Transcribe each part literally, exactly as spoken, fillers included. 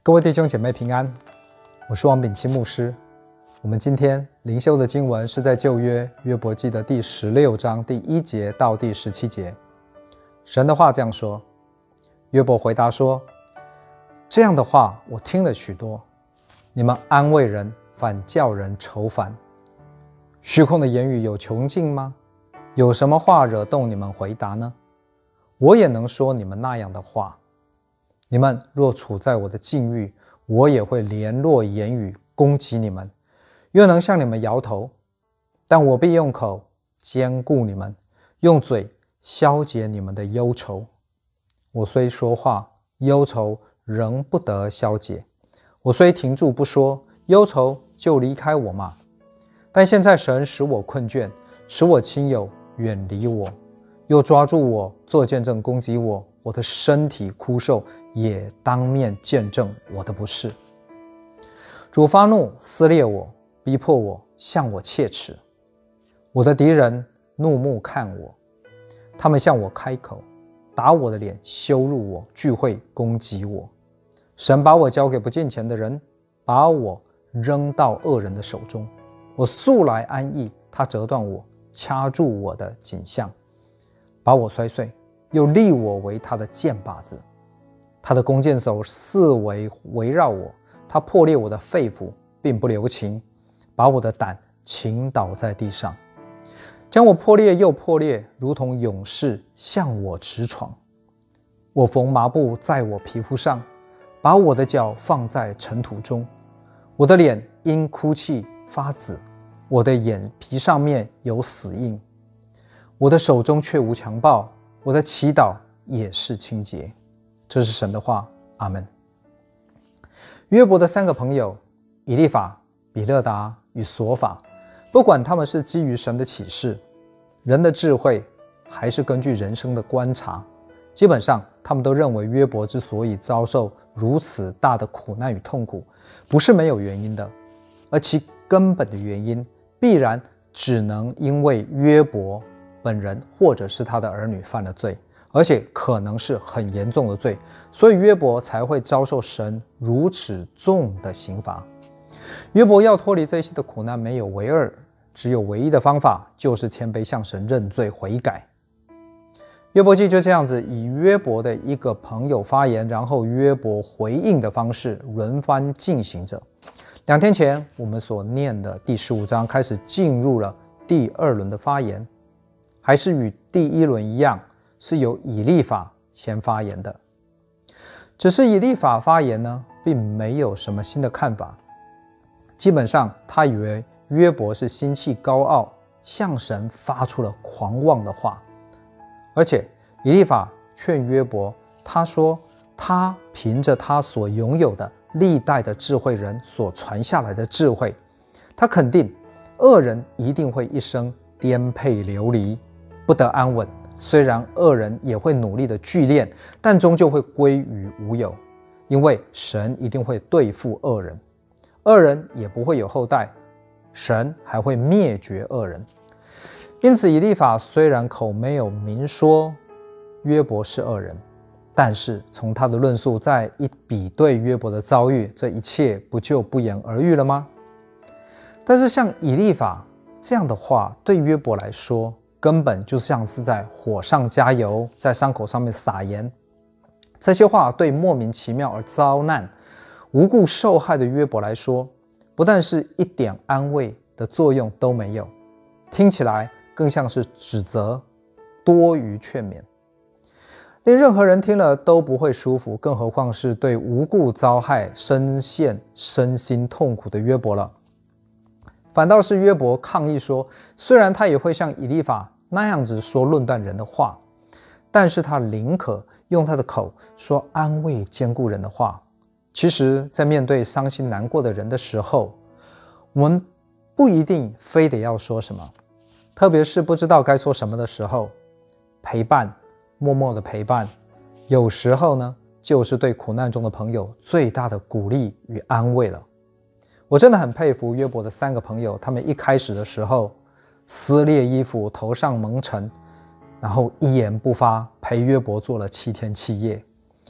各位弟兄姐妹平安，我是王炳清牧师。我们今天灵修的经文是在旧约约伯记的第十六章第一节到第十七节。神的话这样说：约伯回答说，这样的话我听了许多，你们安慰人，反叫人愁烦。虚空的言语有穷尽吗？有什么话惹动你们回答呢？我也能说你们那样的话。你们若处在我的境遇，我也会联络言语攻击你们，又能向你们摇头。但我必用口坚固你们，用嘴消解你们的忧愁。我虽说话，忧愁仍不得消解；我虽停住不说，忧愁就离开我嘛。但现在神使我困倦，使我亲友远离我，又抓住我做见证攻击我，我的身体枯瘦，也当面见证我的不是。主发怒撕裂我，逼迫我，向我切齿。我的敌人怒目看我，他们向我开口，打我的脸，羞辱我，聚会攻击我。神把我交给不敬虔的人，把我扔到恶人的手中。我素来安逸，他折断我，掐住我的颈项，把我摔碎，又立我为他的箭靶子。他的弓箭手四围围绕我，他破裂我的肺腑，并不留情，把我的胆倾倒在地上，将我破裂又破裂，如同勇士向我直闯。我缝麻布在我皮肤上，把我的脚放在尘土中。我的脸因哭泣发紫，我的眼皮上面有死印。我的手中却无强暴，我的祈祷也是清洁。这是神的话，阿们。约伯的三个朋友以利法、比勒达与索法，不管他们是基于神的启示、人的智慧，还是根据人生的观察，基本上他们都认为约伯之所以遭受如此大的苦难与痛苦，不是没有原因的，而其根本的原因必然只能因为约伯本人或者是他的儿女犯了罪，而且可能是很严重的罪，所以约伯才会遭受神如此重的刑罚。约伯要脱离这些的苦难没有为二，只有唯一的方法，就是谦卑向神认罪悔改。约伯记就这样子以约伯的一个朋友发言，然后约伯回应的方式轮番进行着。两天前我们所念的第十五章开始进入了第二轮的发言，还是与第一轮一样，是由以利法先发言的。只是以利法发言呢，并没有什么新的看法。基本上他以为约伯是心气高傲，向神发出了狂妄的话。而且以利法劝约伯，他说他凭着他所拥有的历代的智慧人所传下来的智慧，他肯定恶人一定会一生颠沛流离，不得安稳。虽然恶人也会努力的聚练，但终究会归于无有，因为神一定会对付恶人，恶人也不会有后代，神还会灭绝恶人。因此以利法虽然口没有明说约伯是恶人，但是从他的论述再一比对约伯的遭遇，这一切不就不言而喻了吗？但是像以利法这样的话，对约伯来说根本就像是在火上加油，在伤口上面撒盐。这些话对莫名其妙而遭难、无故受害的约伯来说，不但是一点安慰的作用都没有，听起来更像是指责多于劝勉，令任何人听了都不会舒服，更何况是对无故遭害、深陷身心痛苦的约伯了。反倒是约伯抗议说，虽然他也会像以利法那样子说论断人的话，但是他宁可用他的口说安慰坚固人的话。其实在面对伤心难过的人的时候，我们不一定非得要说什么，特别是不知道该说什么的时候，陪伴，默默的陪伴，有时候呢，就是对苦难中的朋友最大的鼓励与安慰了。我真的很佩服约伯的三个朋友，他们一开始的时候撕裂衣服，头上蒙尘，然后一言不发，陪约伯做了七天七夜。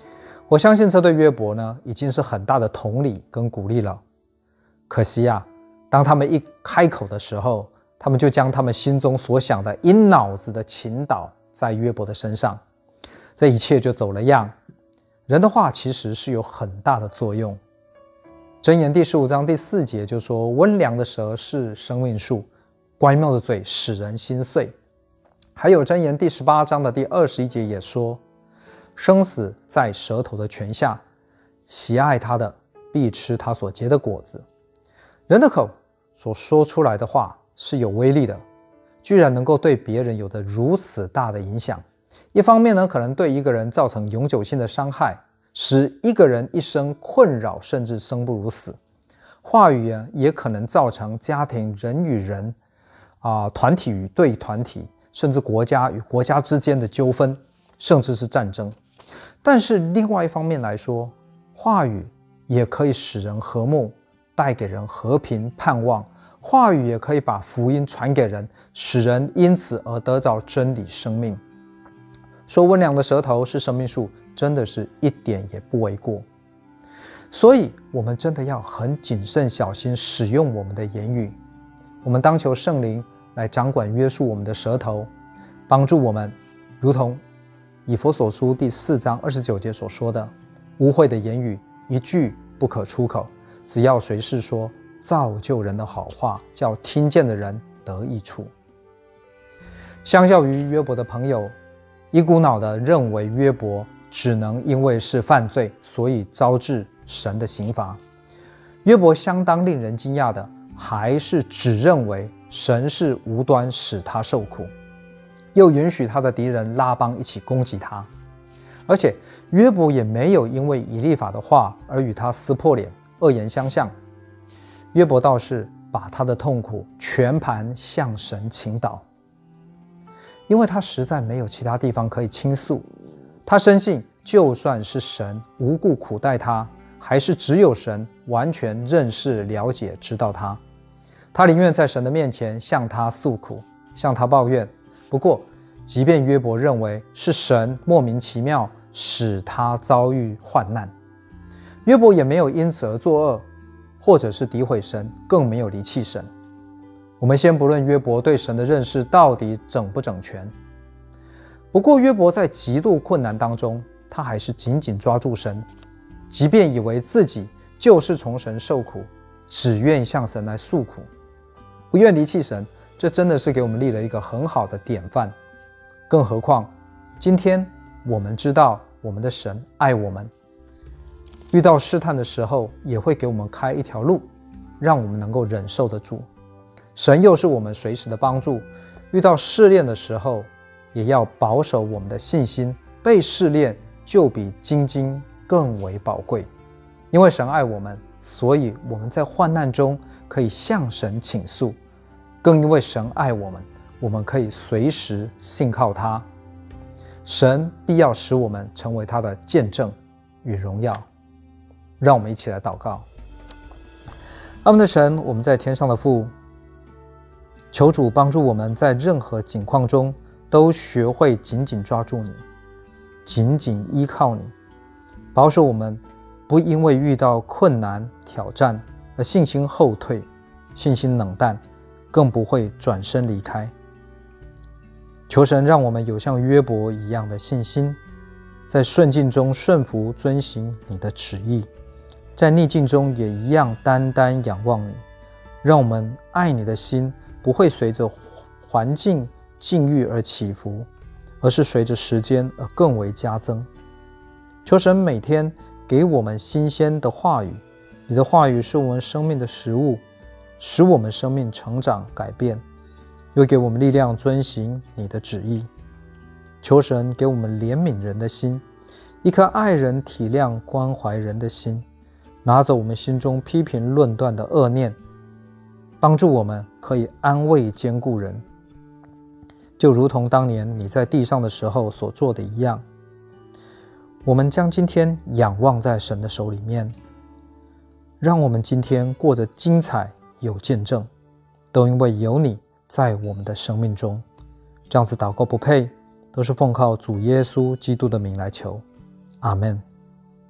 我相信这对约伯呢，已经是很大的同理跟鼓励了。可惜啊，当他们一开口的时候，他们就将他们心中所想的一脑子的倾倒在约伯的身上，这一切就走了样。人的话其实是有很大的作用。箴言第十五章第四节就说，温良的舌是生命树，乖谬的嘴使人心碎。还有箴言第十八章的第二十一节也说，生死在舌头的泉下，喜爱它的必吃它所结的果子。人的口所说出来的话是有威力的，居然能够对别人有着如此大的影响。一方面呢，可能对一个人造成永久性的伤害，使一个人一生困扰，甚至生不如死。话语啊，也可能造成家庭人与人啊、团体与对团体，甚至国家与国家之间的纠纷，甚至是战争。但是另外一方面来说，话语也可以使人和睦，带给人和平盼望。话语也可以把福音传给人，使人因此而得着真理生命。说温良的舌头是生命树，真的是一点也不为过。所以我们真的要很谨慎小心使用我们的言语。我们当求圣灵来掌管约束我们的舌头，帮助我们，如同以弗所书第四章二十九节所说的，污秽的言语一句不可出口，只要随时说造就人的好话，叫听见的人得益处。相较于约伯的朋友一股脑地认为约伯只能因为是犯罪，所以招致神的刑罚，约伯相当令人惊讶的，还是只认为神是无端使他受苦，又允许他的敌人拉邦一起攻击他。而且约伯也没有因为以利法的话而与他撕破脸，恶言相向。约伯倒是把他的痛苦全盘向神倾倒，因为他实在没有其他地方可以倾诉。他深信，就算是神无故苦待他，还是只有神完全认识、了解、知道他。他宁愿在神的面前向他诉苦，向他抱怨。不过，即便约伯认为是神莫名其妙使他遭遇患难，约伯也没有因此而作恶，或者是诋毁神，更没有离弃神。我们先不论约伯对神的认识到底整不整全，不过约伯在极度困难当中，他还是紧紧抓住神，即便以为自己就是从神受苦，只愿向神来诉苦，不愿离弃神。这真的是给我们立了一个很好的典范。更何况今天我们知道我们的神爱我们，遇到试探的时候也会给我们开一条路，让我们能够忍受得住。神又是我们随时的帮助，遇到试炼的时候也要保守我们的信心，被试炼就比金金更为宝贵。因为神爱我们，所以我们在患难中可以向神倾诉，更因为神爱我们，我们可以随时信靠他。神必要使我们成为他的见证与荣耀。让我们一起来祷告。阿们的神，我们在天上的父，求主帮助我们在任何境况中都学会紧紧抓住你，紧紧依靠你，保守我们不因为遇到困难挑战而信心后退，信心冷淡，更不会转身离开。求神让我们有像约伯一样的信心，在顺境中顺服遵行你的旨意，在逆境中也一样单单仰望你。让我们爱你的心不会随着环境境遇而起伏，而是随着时间而更为加增。求神每天给我们新鲜的话语，你的话语是我们生命的食物，使我们生命成长改变，又给我们力量遵行你的旨意。求神给我们怜悯人的心，一颗爱人体谅关怀人的心，拿走我们心中批评论断的恶念，帮助我们可以安慰坚固人，就如同当年你在地上的时候所做的一样。我们将今天仰望在神的手里面，让我们今天过着精彩有见证，都因为有你在我们的生命中。这样子祷告不配，都是奉靠主耶稣基督的名来求，阿们。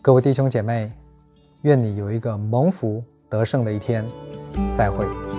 各位弟兄姐妹，愿你有一个蒙福得胜的一天，再会。